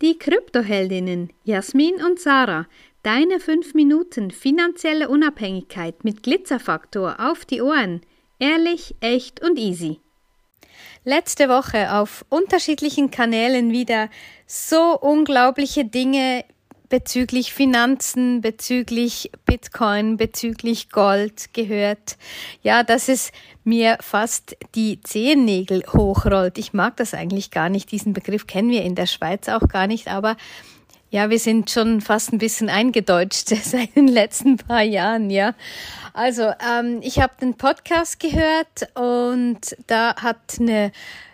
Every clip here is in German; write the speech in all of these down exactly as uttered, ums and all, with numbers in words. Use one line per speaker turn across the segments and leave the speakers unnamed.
Die Kryptoheldinnen Jasmin und Sarah. Deine fünf Minuten finanzielle Unabhängigkeit mit Glitzerfaktor auf die Ohren. Ehrlich, echt und easy. Letzte Woche auf unterschiedlichen Kanälen wieder so unglaubliche Dinge bezüglich Finanzen, bezüglich Bitcoin, bezüglich Gold gehört. Ja, dass es mir fast die Zehennägel hochrollt. Ich mag das eigentlich gar nicht. Diesen Begriff kennen wir in der Schweiz auch gar nicht, aber ja, wir sind schon fast ein bisschen eingedeutscht seit den letzten paar Jahren, ja. Also, ähm, ich habe den Podcast gehört und da hat eine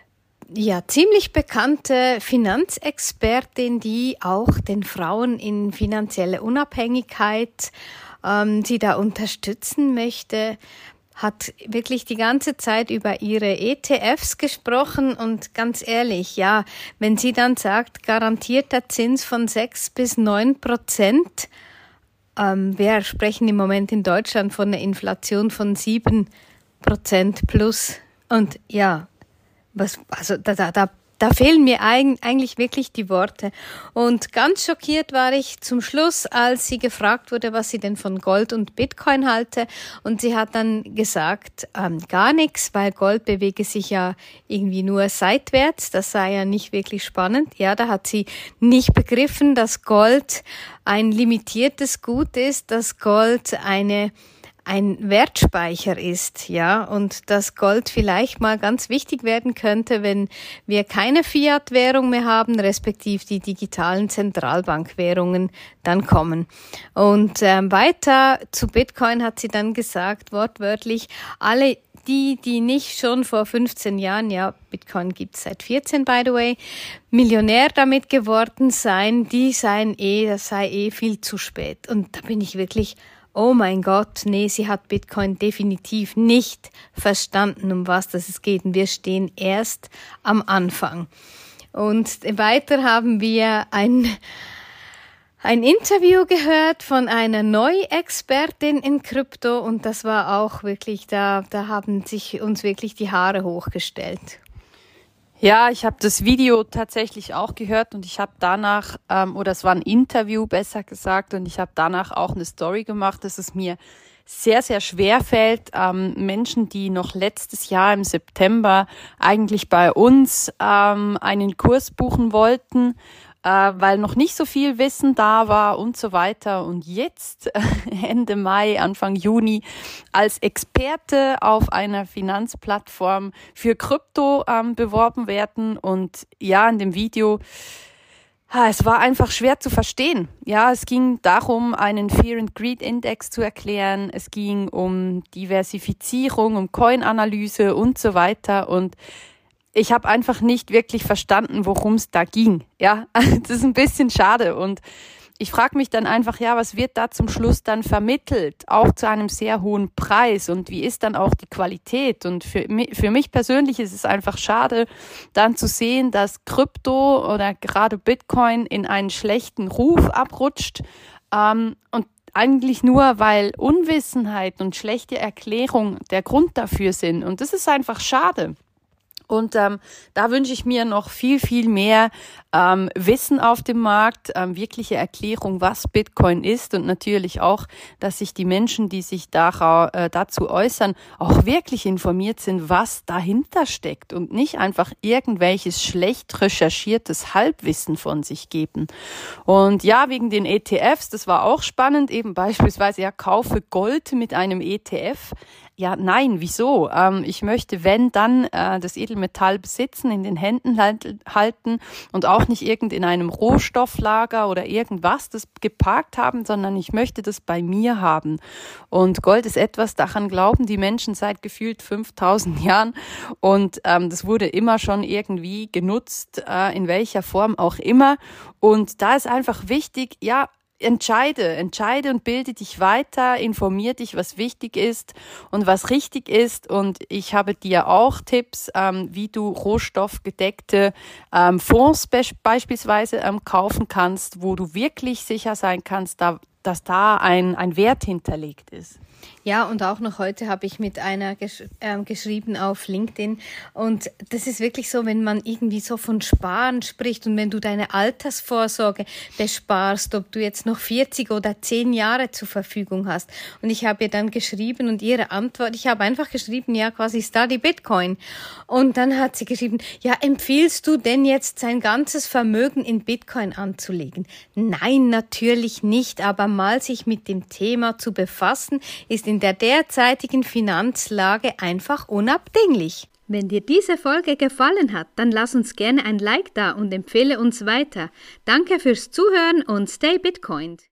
ja ziemlich bekannte Finanzexpertin, die auch den Frauen in finanzielle Unabhängigkeit ähm, sie da unterstützen möchte, hat wirklich die ganze Zeit über ihre E T Fs gesprochen und ganz ehrlich, ja, wenn sie dann sagt, garantierter Zins von sechs bis neun Prozent, ähm, wir sprechen im Moment in Deutschland von einer Inflation von sieben Prozent plus und ja, was, also da, da, da, da fehlen mir eigentlich wirklich die Worte. Und ganz schockiert war ich zum Schluss, als sie gefragt wurde, was sie denn von Gold und Bitcoin halte. Und sie hat dann gesagt, ähm, gar nichts, weil Gold bewege sich ja irgendwie nur seitwärts. Das sei ja nicht wirklich spannend. Ja, da hat sie nicht begriffen, dass Gold ein limitiertes Gut ist, dass Gold eine ein Wertspeicher ist, ja, und dass Gold vielleicht mal ganz wichtig werden könnte, wenn wir keine Fiat-Währung mehr haben, respektive die digitalen Zentralbankwährungen dann kommen. Und ähm, weiter zu Bitcoin hat sie dann gesagt, wortwörtlich, alle die, die nicht schon vor fünfzehn Jahren, ja, Bitcoin gibt's seit vierzehn, by the way, Millionär damit geworden seien, die seien eh, das sei eh viel zu spät. Und da bin ich wirklich, oh mein Gott, nee, sie hat Bitcoin definitiv nicht verstanden, um was das es geht. Und wir stehen erst am Anfang. Und weiter haben wir ein, ein Interview gehört von einer Neuexpertin in Krypto. Und das war auch wirklich, da, da haben sich uns wirklich die Haare hochgestellt.
Ja, ich habe das Video tatsächlich auch gehört und ich habe danach, ähm, oder es war ein Interview besser gesagt, und ich habe danach auch eine Story gemacht, dass es mir sehr, sehr schwer fällt, ähm, Menschen, die noch letztes Jahr im September eigentlich bei uns ähm, einen Kurs buchen wollten, äh, weil noch nicht so viel Wissen da war und so weiter. Und jetzt, Ende Mai, Anfang Juni, als Experte auf einer Finanzplattform für Krypto ähm, beworben werden. Und ja, in dem Video, ha, es war einfach schwer zu verstehen. Ja, es ging darum, einen Fear and Greed Index zu erklären. Es ging um Diversifizierung, um Coin-Analyse und so weiter. Und ich habe einfach nicht wirklich verstanden, worum es da ging. Ja, das ist ein bisschen schade. Und ich frage mich dann einfach, ja, was wird da zum Schluss dann vermittelt? Auch zu einem sehr hohen Preis. Und wie ist dann auch die Qualität? Und für mich, für mich persönlich ist es einfach schade, dann zu sehen, dass Krypto oder gerade Bitcoin in einen schlechten Ruf abrutscht. Ähm, und eigentlich nur, weil Unwissenheit und schlechte Erklärung der Grund dafür sind. Und das ist einfach schade. Und ähm, da wünsche ich mir noch viel, viel mehr ähm, Wissen auf dem Markt, ähm, wirkliche Erklärung, was Bitcoin ist, und natürlich auch, dass sich die Menschen, die sich da, äh, dazu äußern, auch wirklich informiert sind, was dahinter steckt und nicht einfach irgendwelches schlecht recherchiertes Halbwissen von sich geben. Und ja, wegen den E T Fs, das war auch spannend, eben beispielsweise, ja, kaufe Gold mit einem E T F. Ja, nein, wieso? Ähm, ich möchte, wenn, dann äh, das Edelmetall besitzen, in den Händen halt, halten und auch nicht irgend in einem Rohstofflager oder irgendwas das geparkt haben, sondern ich möchte das bei mir haben. Und Gold ist etwas, daran glauben die Menschen seit gefühlt fünftausend Jahren, und ähm, das wurde immer schon irgendwie genutzt, äh, in welcher Form auch immer. Und da ist einfach wichtig, ja, Entscheide, entscheide und bilde dich weiter, informier dich, was wichtig ist und was richtig ist. Und ich habe dir auch Tipps, ähm, wie du rohstoffgedeckte ähm, Fonds be- beispielsweise ähm, kaufen kannst, wo du wirklich sicher sein kannst, da, dass da ein, ein Wert hinterlegt ist.
Ja, und auch noch heute habe ich mit einer gesch- äh, geschrieben auf LinkedIn. Und das ist wirklich so, wenn man irgendwie so von Sparen spricht und wenn du deine Altersvorsorge besparst, ob du jetzt noch vierzig oder zehn Jahre zur Verfügung hast. Und ich habe ihr dann geschrieben und ihre Antwort, ich habe einfach geschrieben, ja, quasi Study Bitcoin. Und dann hat sie geschrieben, ja, empfiehlst du denn jetzt sein ganzes Vermögen in Bitcoin anzulegen? Nein, natürlich nicht, aber mal sich mit dem Thema zu befassen, ist in der derzeitigen Finanzlage einfach unabdinglich.
Wenn dir diese Folge gefallen hat, dann lass uns gerne ein Like da und empfehle uns weiter. Danke fürs Zuhören und stay Bitcoined.